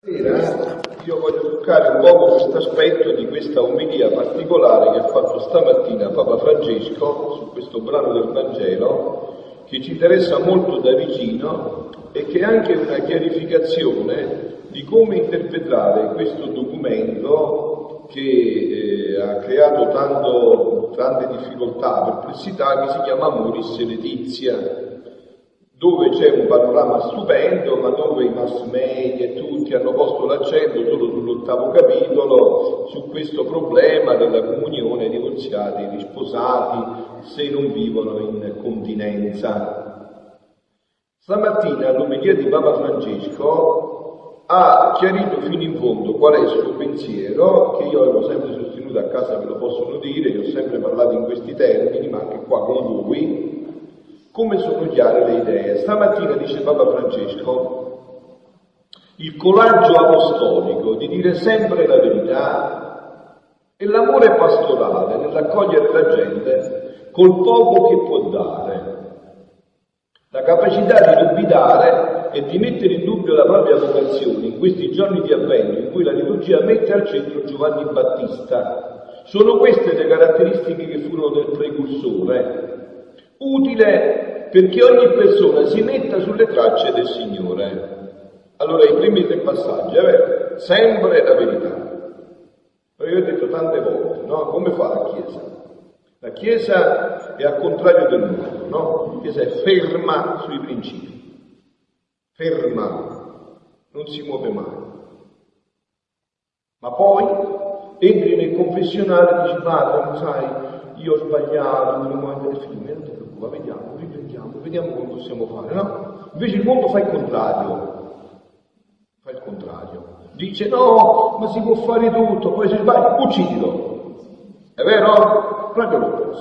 Stasera io voglio toccare un po' questo aspetto di questa omelia particolare che ha fatto stamattina Papa Francesco su questo brano del Vangelo, che ci interessa molto da vicino e che è anche una chiarificazione di come interpretare questo documento che ha creato tante difficoltà, perplessità, che si chiama Amoris Laetitia, dove c'è un panorama stupendo, ma dove i mass media e tutti hanno posto l'accento solo sull'8° capitolo, su questo problema della comunione divorziati e risposati se non vivono in continenza. Stamattina l'omelia di Papa Francesco ha chiarito fino in fondo qual è il suo pensiero, che io avevo sempre sostenuto a casa, ve lo possono dire, io ho sempre parlato in questi termini, ma anche qua con voi, come sono chiare le idee. Stamattina dice Papa Francesco, il coraggio apostolico di dire sempre la verità e l'amore pastorale nell'accogliere la gente col poco che può dare, la capacità di dubitare e di mettere in dubbio la propria vocazione in questi giorni di avvento in cui la liturgia mette al centro Giovanni Battista. Sono queste le caratteristiche che furono del precursore, utile perché ogni persona si metta sulle tracce del Signore. Allora, i primi 3 passaggi, sempre la verità. Io ho detto tante volte, no? Come fa la Chiesa? La Chiesa è al contrario del mondo, no? La Chiesa è ferma sui principi, ferma, non si muove mai. Ma poi entri nel confessionale e dici, padre, sai, io ho sbagliato, dobbiamo andare fine, non ti preoccupare, vediamo, riprendiamo, vediamo come possiamo fare, no? Invece il mondo fa il contrario. Dice, no, ma si può fare tutto, poi se sbagli, uccidilo. È vero? Proprio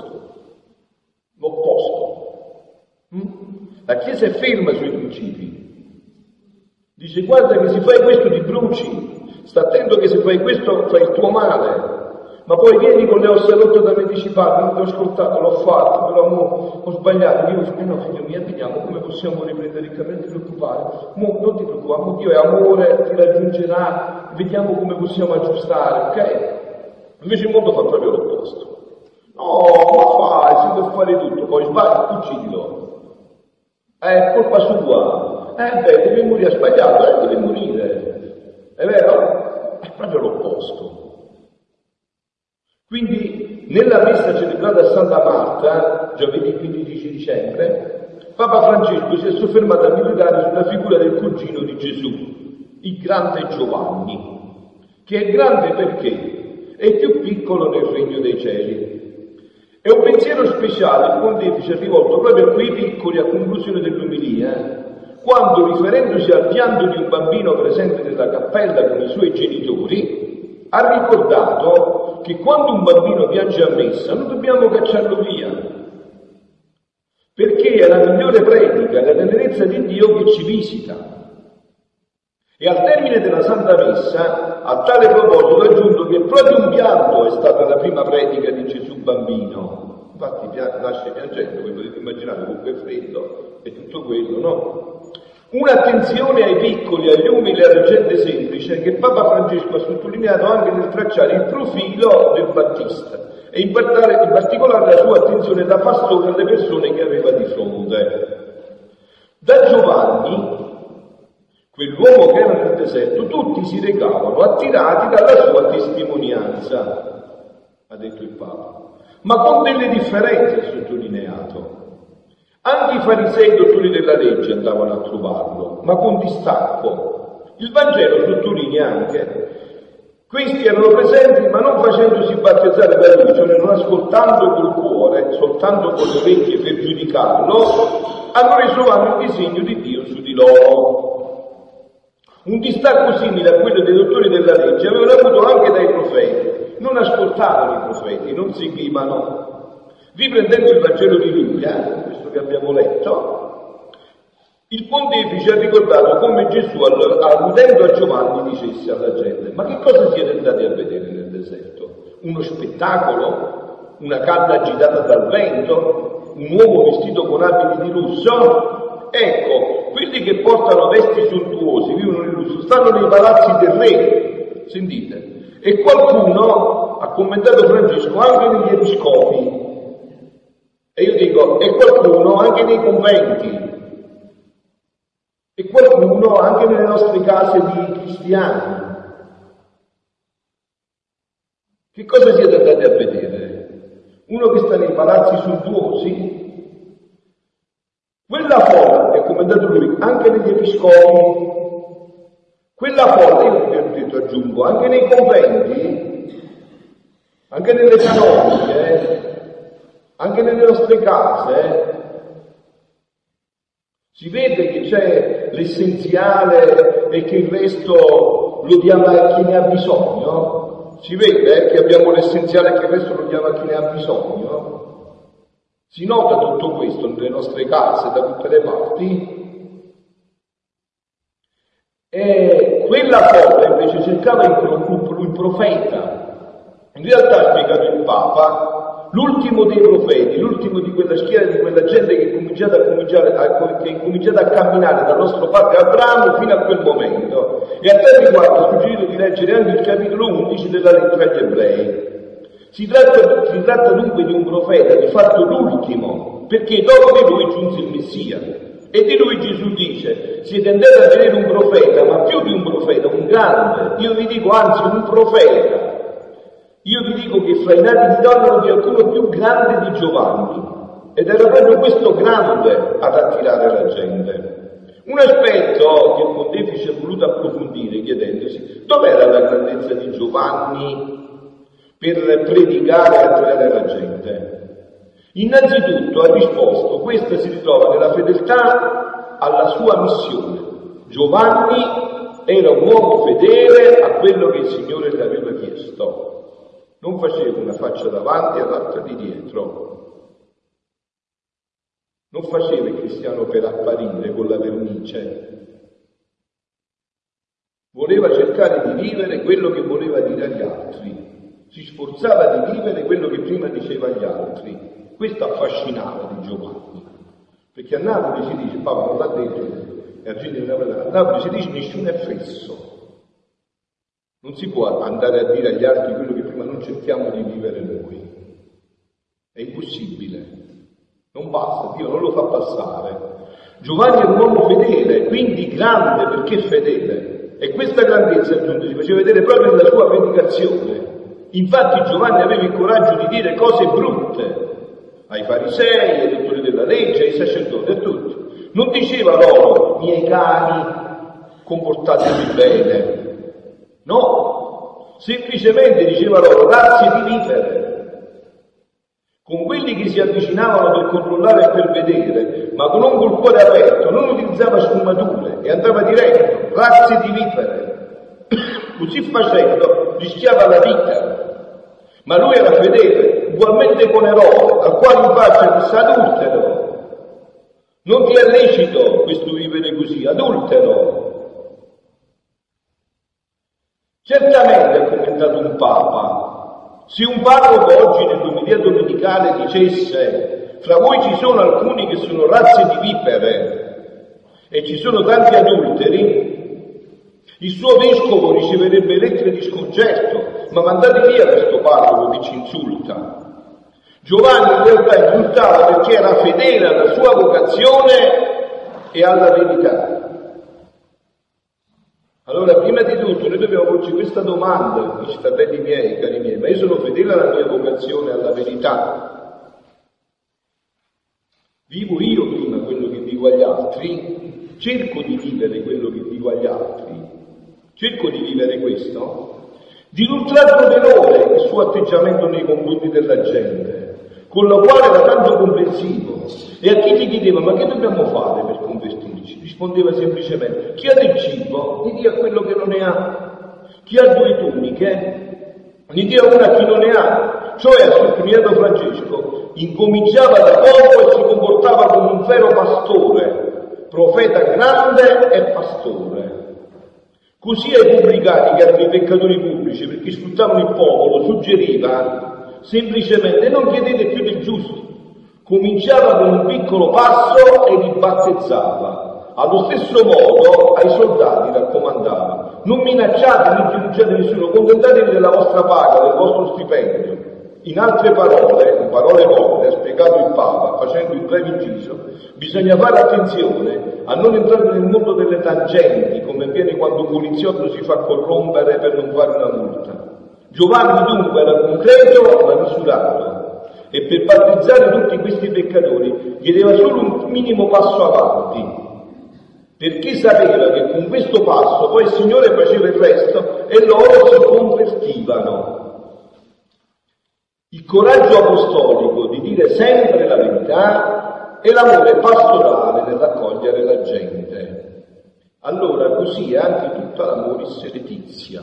l'opposto. La Chiesa è ferma sui principi. Dice, guarda che se fai questo ti bruci, sta attento che se fai questo fai il tuo male. Ma poi vieni con le ossa rotte da me dici, padre, non ti ho ascoltato, l'ho fatto, però ho sbagliato. Io dico, no figlio mio, vediamo come possiamo riprendere il cammino, non ti preoccupare. Non ti preoccupare, Dio è amore, ti raggiungerà, vediamo come possiamo aggiustare, ok? Invece il mondo fa proprio l'opposto. No, ma fai, si può fare tutto, poi sbagli, uccidilo. È colpa sua. Deve morire, ha sbagliato, deve morire. È vero? È proprio l'opposto. Quindi, nella messa celebrata a Santa Marta, giovedì 15 dicembre, Papa Francesco si è soffermato a meditare sulla figura del cugino di Gesù, il grande Giovanni, che è grande perché è il più piccolo nel regno dei cieli. È un pensiero speciale il pontefice ha rivolto proprio a quei piccoli a conclusione dell'omelia, quando, riferendosi al pianto di un bambino presente nella cappella con i suoi genitori, ha ricordato che quando un bambino piange a messa non dobbiamo cacciarlo via, perché è la migliore predica della tenerezza di Dio che ci visita. E al termine della Santa Messa, a tale proposito, ha aggiunto che proprio un pianto è stata la prima predica di Gesù bambino. Infatti nasce piangendo, voi potete immaginare con quel freddo e tutto quello, no? Un'attenzione ai piccoli, agli umili e alla gente semplice che Papa Francesco ha sottolineato anche nel tracciare il profilo del Battista e in particolare la sua attenzione da pastore alle persone che aveva di fronte. Da Giovanni, quell'uomo che era nel deserto, tutti si recavano attirati dalla sua testimonianza, ha detto il Papa, ma con delle differenze, ha sottolineato. Anche i farisei e dottori della legge andavano a trovarlo, ma con distacco. Il Vangelo sottolinea anche: questi erano presenti, ma non facendosi battezzare da lui, cioè non ascoltando col cuore, soltanto con le orecchie per giudicarlo, hanno reso vano il disegno di Dio su di loro. Un distacco simile a quello dei dottori della legge avevano avuto anche dai profeti. Non ascoltavano i profeti, non seguivano. Riprendendo il Vangelo di Luca, questo che abbiamo letto, il pontefice ha ricordato come Gesù, alludendo a Giovanni, dicesse alla gente: ma che cosa siete andati a vedere nel deserto? Uno spettacolo? Una canna agitata dal vento? Un uomo vestito con abiti di lusso? Ecco, quelli che portano vesti sontuosi, vivono nel lusso, stanno nei palazzi del re, sentite, e qualcuno, ha commentato Francesco, anche negli episcopi, e io dico, e qualcuno anche nei conventi, e qualcuno anche nelle nostre case di cristiani. Che cosa siete andati a vedere? Uno che sta nei palazzi sontuosi? Quella folla, e come ha detto lui, anche negli episcopi, quella folla, io vi ho detto, aggiungo, anche nei conventi, anche nelle canonie, anche nelle nostre case, si vede che c'è l'essenziale e che il resto lo diamo a chi ne ha bisogno. Si vede che abbiamo l'essenziale e che il resto lo diamo a chi ne ha bisogno. Si nota tutto questo nelle nostre case, da tutte le parti. E quella folla invece cercava il profeta. In realtà ha spiegato il Papa, l'ultimo dei profeti, l'ultimo di quella schiera, di quella gente che è cominciata a camminare dal nostro padre Abramo fino a quel momento. E a tal riguardo ho suggerito di leggere anche il capitolo 11 della lettera agli Ebrei. Si tratta dunque di un profeta, di fatto l'ultimo, perché dopo di lui giunse il Messia. E di lui Gesù dice, siete andati a vedere un profeta, ma più di un profeta, un grande, io vi dico anzi un profeta. Io vi dico che fra i nati di donna non vi è qualcuno più grande di Giovanni, ed era proprio questo grande ad attirare la gente. Un aspetto che il pontefice ha voluto approfondire chiedendosi, dov'era la grandezza di Giovanni per predicare e attirare la gente? Innanzitutto ha risposto, questa si ritrova nella fedeltà alla sua missione. Giovanni era un uomo fedele a quello che il Signore gli aveva chiesto. Non faceva una faccia davanti e l'altra di dietro. Non faceva il cristiano per apparire con la vernice. Voleva cercare di vivere quello che voleva dire agli altri. Si sforzava di vivere quello che prima diceva agli altri. Questo affascinava di Giovanni. Perché a Napoli si dice, Papa non l'ha detto, a Napoli si dice nessuno è fesso. Non si può andare a dire agli altri quello che prima non cerchiamo di vivere noi. È impossibile. Non basta, Dio non lo fa passare. Giovanni è un uomo fedele, quindi grande perché fedele. E questa grandezza appunto si faceva vedere proprio nella sua predicazione. Infatti Giovanni aveva il coraggio di dire cose brutte ai farisei, ai dottori della legge, ai sacerdoti, a tutti. Non diceva loro, miei cari, comportatevi bene. No, semplicemente diceva loro, razze di vipere. Con quelli che si avvicinavano per controllare e per vedere, ma non col cuore aperto, non utilizzava sfumature e andava diretto, razze di vipere. Così facendo rischiava la vita. Ma lui era fedele, ugualmente con Erode, al quale in faccia disse adultero. Non ti è lecito questo vivere così, adultero. Certamente ha commentato un Papa, se un parroco oggi nell'omelia domenicale dicesse fra voi ci sono alcuni che sono razze di vipere e ci sono tanti adulteri, il suo vescovo riceverebbe lettere di sconcerto, ma mandate via questo parroco che ci insulta. Giovanni in realtà insultava perché era fedele alla sua vocazione e alla verità. Allora, prima di tutto, noi dobbiamo porci questa domanda, amici, fratelli miei, cari miei, ma io sono fedele alla mia vocazione, alla verità? Vivo io prima quello che dico agli altri? Cerco di vivere quello che dico agli altri? Cerco di vivere questo? Di ultraggio veloce il suo atteggiamento nei confronti della gente, con la quale era tanto comprensivo, e a chi gli chiedeva, ma che dobbiamo fare per convertirci? Rispondeva semplicemente, chi ha del cibo, gli dia quello che non ne ha. Chi ha 2 tuniche, gli dia una a chi non ne ha. Cioè, ha sottolineato Francesco, incominciava da poco e si comportava come un vero pastore, profeta grande e pastore. Così ai pubblicani, che erano i peccatori pubblici, perché sfruttavano il popolo, suggeriva semplicemente non chiedete più del giusto. Cominciava con un piccolo passo e li battezzava. Allo stesso modo ai soldati raccomandava: non minacciate né giudicate nessuno, contentatevi della vostra paga, del vostro stipendio. In altre parole, in parole povere, ha spiegato il Papa, facendo il breve inciso, bisogna fare attenzione a non entrare nel mondo delle tangenti, come avviene quando un poliziotto si fa corrompere per non fare una multa. Giovanni dunque era concreto ma misurato, e per battezzare tutti questi peccatori chiedeva solo un minimo passo avanti, perché sapeva che con questo passo poi il Signore faceva il resto e loro si convertivano. Il coraggio apostolico di dire sempre la verità e l'amore pastorale nell'accogliere la gente. Allora così è anche tutta l'Amoris Laetitia.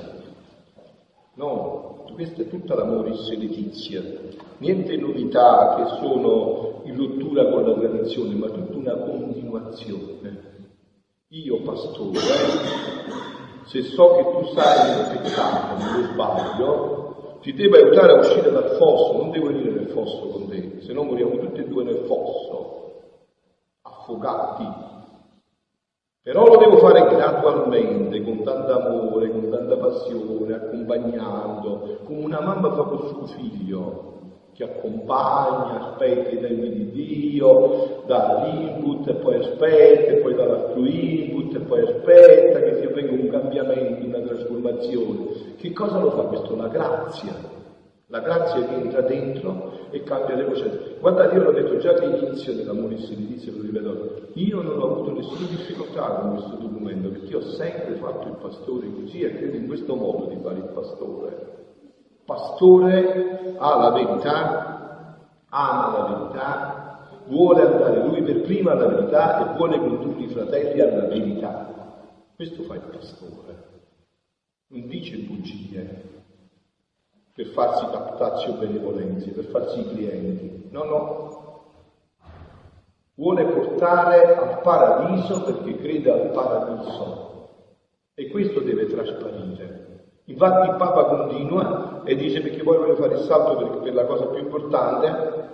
No, questa è tutta l'Amoris Laetitia. Niente novità che sono in rottura con la tradizione, ma tutta una continuazione. Io, pastore, se so che tu sai il peccato, nello sbaglio, ti devo aiutare a uscire dal fosso, non devo venire nel fosso con te, se no moriamo tutti e due nel fosso, affogati. Però lo devo fare gradualmente, con tanto amore, con tanta passione, accompagnando, come una mamma fa col suo figlio, che accompagna, aspetta i tempi di Dio, dà l'input e poi aspetta, e poi dà l'altro input e poi aspetta che si avvenga un cambiamento, una trasformazione. Che cosa lo fa questo? La grazia che entra dentro e cambia le cose. Guardate, io l'ho detto già all'inizio dell'Amoris Laetitia, lo ripeto, io non ho avuto nessuna difficoltà con questo documento, perché io ho sempre fatto il pastore così e credo in questo modo di fare il pastore. Pastore ha la verità, ama la verità, vuole andare lui per prima alla verità e vuole condurre i fratelli alla verità. Questo fa il pastore. Non dice bugie per farsi captazio benevolenze, per farsi i clienti. No. Vuole portare al paradiso perché crede al paradiso. E questo deve trasparire. Infatti il Papa continua e dice, perché poi voglio fare il salto per la cosa più importante,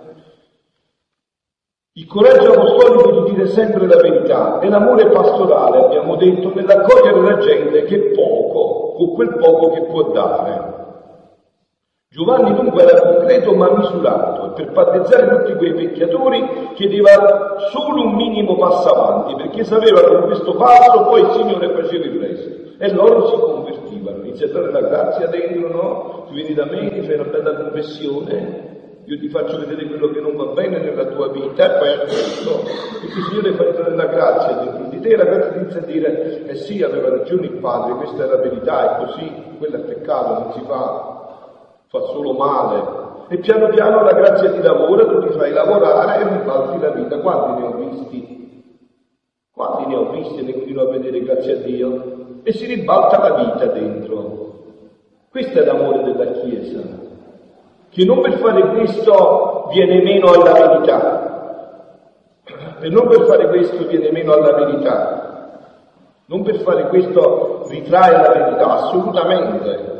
il coraggio apostolico di dire sempre la verità e l'amore pastorale, abbiamo detto, nell'accogliere la gente che poco, con quel poco che può dare. Giovanni dunque era concreto ma misurato e per battezzare tutti quei peccatori chiedeva solo un minimo passo avanti, perché sapeva che con questo passo poi il Signore faceva il resto e loro si convertivano. Inizia a dare la grazia dentro, no? Tu vieni da me, ti fai una bella confessione, io ti faccio vedere quello che non va bene nella tua vita e poi aspetto, perché il Signore fa entrare la grazia dentro di te e la grazia inizia a dire, eh sì, aveva ragione il Padre, questa è la verità, è così, quello è peccato, non si fa solo male, e piano piano la grazia ti lavora, tu ti fai lavorare e ribalti la vita. Quanti ne ho visti? Quanti ne ho visti e ne continuo a vedere, grazie a Dio? E si ribalta la vita dentro. Questo è l'amore della Chiesa, che non per fare questo viene meno alla verità, e non per fare questo viene meno alla verità, non per fare questo ritrae la verità, assolutamente.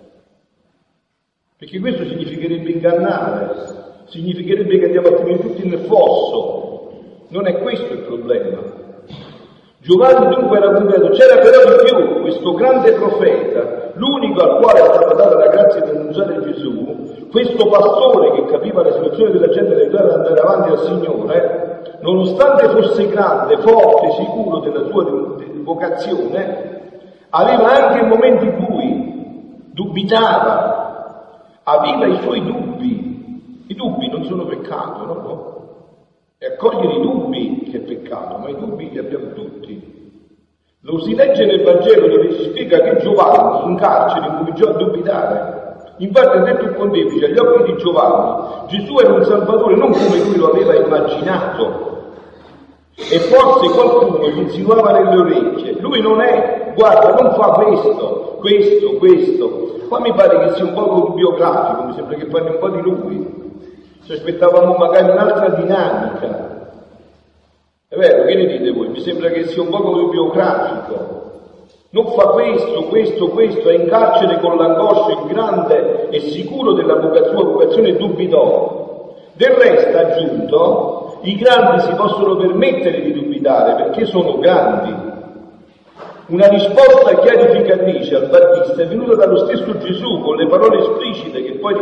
Perché questo significherebbe ingannare, significherebbe che andiamo a finire tutti nel fosso. Non è questo il problema. Giovanni dunque era concreto, c'era però di più, questo grande profeta, l'unico al quale è stata data la grazia di annunciare Gesù, questo pastore che capiva la situazione della gente e aiutava ad andare avanti al Signore, nonostante fosse grande, forte, sicuro della sua vocazione, aveva anche momenti bui, dubitava, aveva i suoi dubbi. I dubbi non sono peccato, no? E accogliere i dubbi che è peccato, ma i dubbi li abbiamo tutti. Lo si legge nel Vangelo dove si spiega che Giovanni in carcere incominciò a dubitare. Infatti ha detto il pontefice, agli occhi di Giovanni, Gesù era un Salvatore non come lui lo aveva immaginato. E forse qualcuno gli insinuava nelle orecchie, lui non è, guarda, non fa questo. Qua mi pare che sia un po' biografico, mi sembra che parli un po' di lui. Ci aspettavamo magari un'altra dinamica. È vero, che ne dite voi? Mi sembra che sia un po' biografico. Non fa questo, è in carcere con l'angoscia, il grande e sicuro della sua vocazione dubitò. Del resto, aggiunto, i grandi si possono permettere di dubitare. dubitare perché sono grandi. Una risposta chiarificatrice al Battista è venuta dallo stesso Gesù con le parole esplicite che poi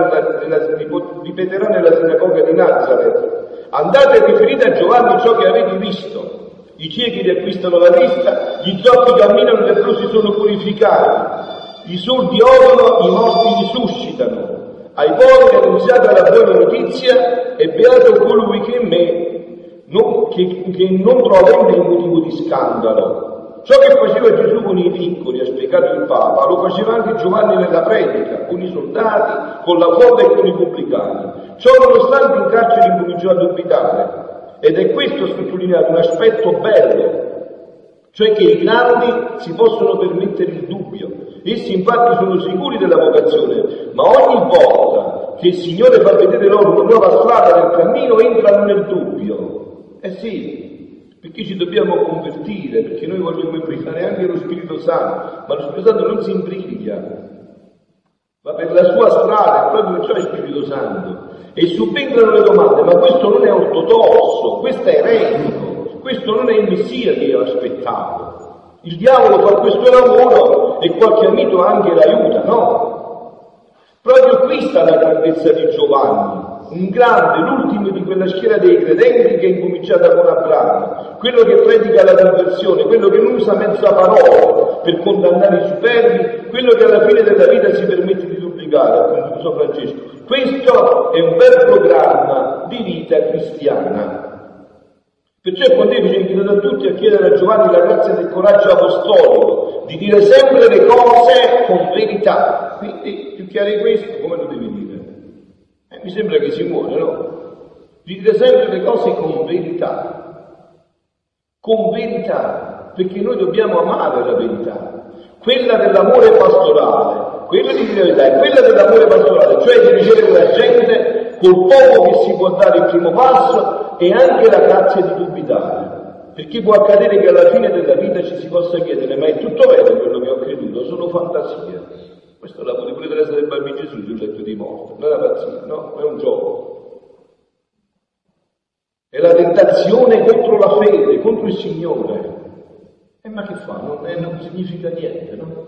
ripeterà nella sinagoga di Nazareth. Andate e riferite a Giovanni ciò che avete visto. I ciechi riacquistano la vista, gli zoppi camminano, i leprosi sono purificati, i sordi odono, i morti risuscitano, ai poveri è annunziata la buona notizia e beato colui che in me non trova in me motivo di scandalo. Ciò che faceva Gesù con i piccoli, ha spiegato il Papa, lo faceva anche Giovanni nella predica, con i soldati, con la folla e con i pubblicani. Ciò nonostante in carcere incominciò a dubitare. Ed è questo sottolineato un aspetto bello, cioè che i grandi si possono permettere il dubbio. Essi infatti sono sicuri della vocazione, ma ogni volta che il Signore fa vedere loro una nuova strada nel cammino entrano nel dubbio. Eh sì, perché ci dobbiamo convertire, perché noi vogliamo imbricare anche lo Spirito Santo, ma lo Spirito Santo non si imbriglia, va per la sua strada, e proprio perciò è Spirito Santo. E subentrano le domande, ma questo non è ortodosso, questo è eretico, questo non è il Messia che io aspettavo. Il diavolo fa questo lavoro e qualche amico anche l'aiuta, no? Proprio qui sta la grandezza di Giovanni. Un grande, l'ultimo di quella schiera dei credenti che è incominciata con Abramo, quello che predica la conversione, quello che non usa mezza parola per condannare i superbi, quello che alla fine della vita si permette di duplicare, appunto uso Francesco. Questo è un bel programma di vita cristiana. Perciò è pontefice invitato a tutti a chiedere a Giovanni la grazia del coraggio apostolico, di dire sempre le cose con verità. Quindi, più chiaro di questo, come lo devi dire? Mi sembra che si muore, no? Di dire sempre le cose con verità. Con verità, perché noi dobbiamo amare la verità. Quella dell'amore pastorale, quella di dire la verità, è quella dell'amore pastorale, cioè di ricevere la gente col poco che si può dare il primo passo e anche la grazia di dubitare. Perché può accadere che alla fine della vita ci si possa chiedere, ma è tutto vero quello che ho creduto, sono fantasie. Questo l'ha avuto pure Teresa del Bambino Gesù sul letto di morte, non è una pazzia, no? È un gioco. È la tentazione contro la fede, contro il Signore. Ma che fa? Non significa niente, no?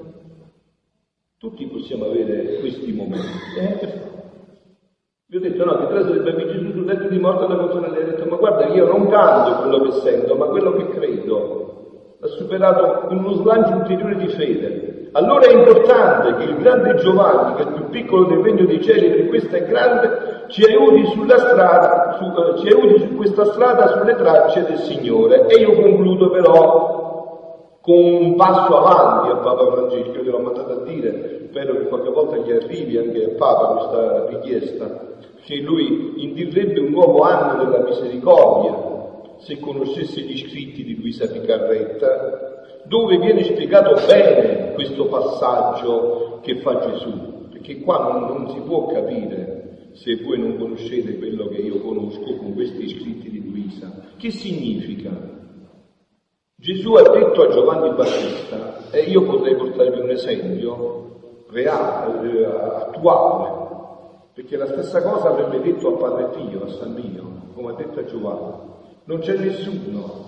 Tutti possiamo avere questi momenti. Che fa? Vi ho detto no, che Teresa del Bambino Gesù sul letto di morte alla Consolella ha detto, ma guarda, io non canto quello che sento, ma quello che credo. L'ha superato in uno slancio ulteriore di fede. Allora è importante che il grande Giovanni, che è il più piccolo del regno dei cieli, per questo è grande, ci aiuti sulla strada, ci aiuti su questa strada sulle tracce del Signore. E io concludo però con un passo avanti a Papa Francesco, io te l'ho mandato a dire, spero che qualche volta gli arrivi anche al Papa questa richiesta, che lui indurrebbe un nuovo anno della misericordia, se conoscesse gli scritti di Luisa Picarretta, dove viene spiegato bene questo passaggio che fa Gesù, perché qua non si può capire se voi non conoscete quello che io conosco con questi scritti di Luisa. Che significa? Gesù ha detto a Giovanni Battista, e io potrei portarvi un esempio reale, attuale, perché la stessa cosa avrebbe detto a Padre Pio, a San Pio, come ha detto a Giovanni. Non c'è nessuno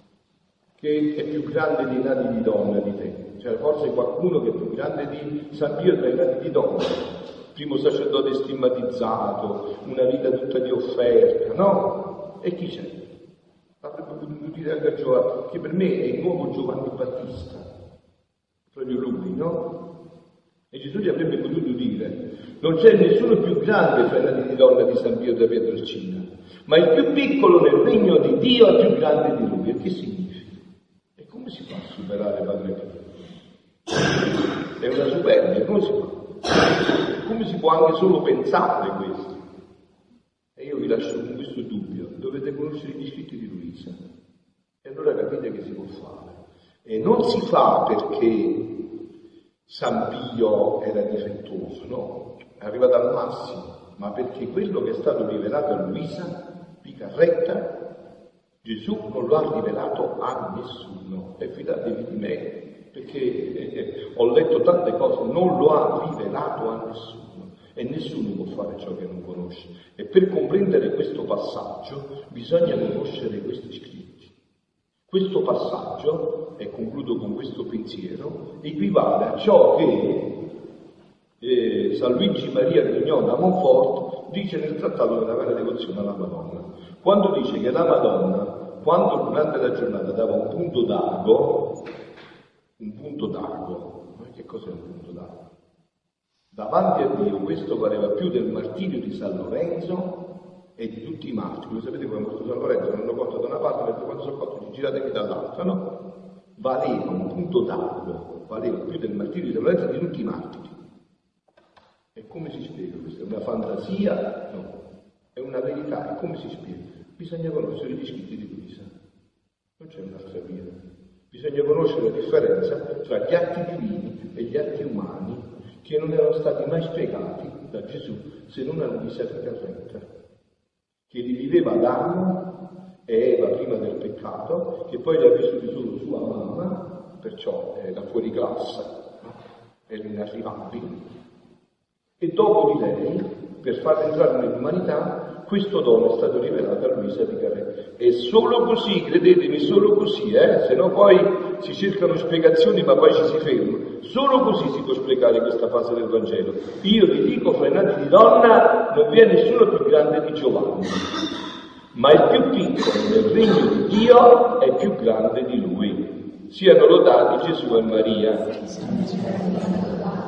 che è più grande dei nati di donna di te. Cioè forse qualcuno che è più grande di San Pio tra i nati di donna. Primo sacerdote stigmatizzato, una vita tutta di offerta, no? E chi c'è? Avrebbe potuto dire anche a Giovanni, che per me è il nuovo Giovanni Battista. Proprio lui, no? E Gesù gli avrebbe potuto dire, non c'è nessuno più grande fra i nati di donna di San Pio da Pietrelcina, ma il più piccolo nel regno di Dio è più grande di lui. E che significa? E come si fa a superare Padre Pio? È una superbia, come si fa? Come si può anche solo pensare questo? E io vi lascio con questo dubbio, dovete conoscere gli scritti di Luisa. E allora capite che si può fare. E non si fa perché San Pio era difettoso, no? È arrivato al massimo, ma perché quello che è stato rivelato a Luisa Picarretta, Gesù non lo ha rivelato a nessuno. E fidatevi di me, perché ho letto tante cose, non lo ha rivelato a nessuno. E nessuno può fare ciò che non conosce. E per comprendere questo passaggio bisogna conoscere questi scritti. Questo passaggio, e concludo con questo pensiero, equivale a ciò che San Luigi Maria Grignon da Montfort dice nel trattato della vera devozione alla Madonna. Quando dice che la Madonna, quando durante la giornata dava un punto d'ago, ma che cos'è un punto d'ago? Davanti a Dio questo valeva più del martirio di San Lorenzo e di tutti i martiri. Voi sapete come è morto San Lorenzo? Non lo porta da una parte, mentre quando sono fatto ci girate dall'altra, no? Valeva un punto d'ago, valeva più del martirio di San Lorenzo e di tutti i martiri. E come si spiega questo? È una fantasia? No, è una verità. E come si spiega? Bisogna conoscere gli scritti di Luisa. Non c'è un'altra via. Bisogna conoscere la differenza tra gli atti divini e gli atti umani che non erano stati mai spiegati da Gesù se non a Luisa Ficarretta, che li viveva Adamo e Eva prima del peccato, che poi li ha vissuti solo sua mamma, perciò era fuori classe, no? Era inarrivabile. E dopo di lei, per farla entrare nell'umanità, questo dono è stato rivelato a Luisa Ficarretta. E solo così, credetemi, solo così, se no poi si cercano spiegazioni ma poi ci si ferma. Solo così si può spiegare questa fase del Vangelo. Io vi dico, fra i nati di donna non vi è nessuno più grande di Giovanni, ma il più piccolo nel regno di Dio è più grande di lui. Siano lodati Gesù e Maria.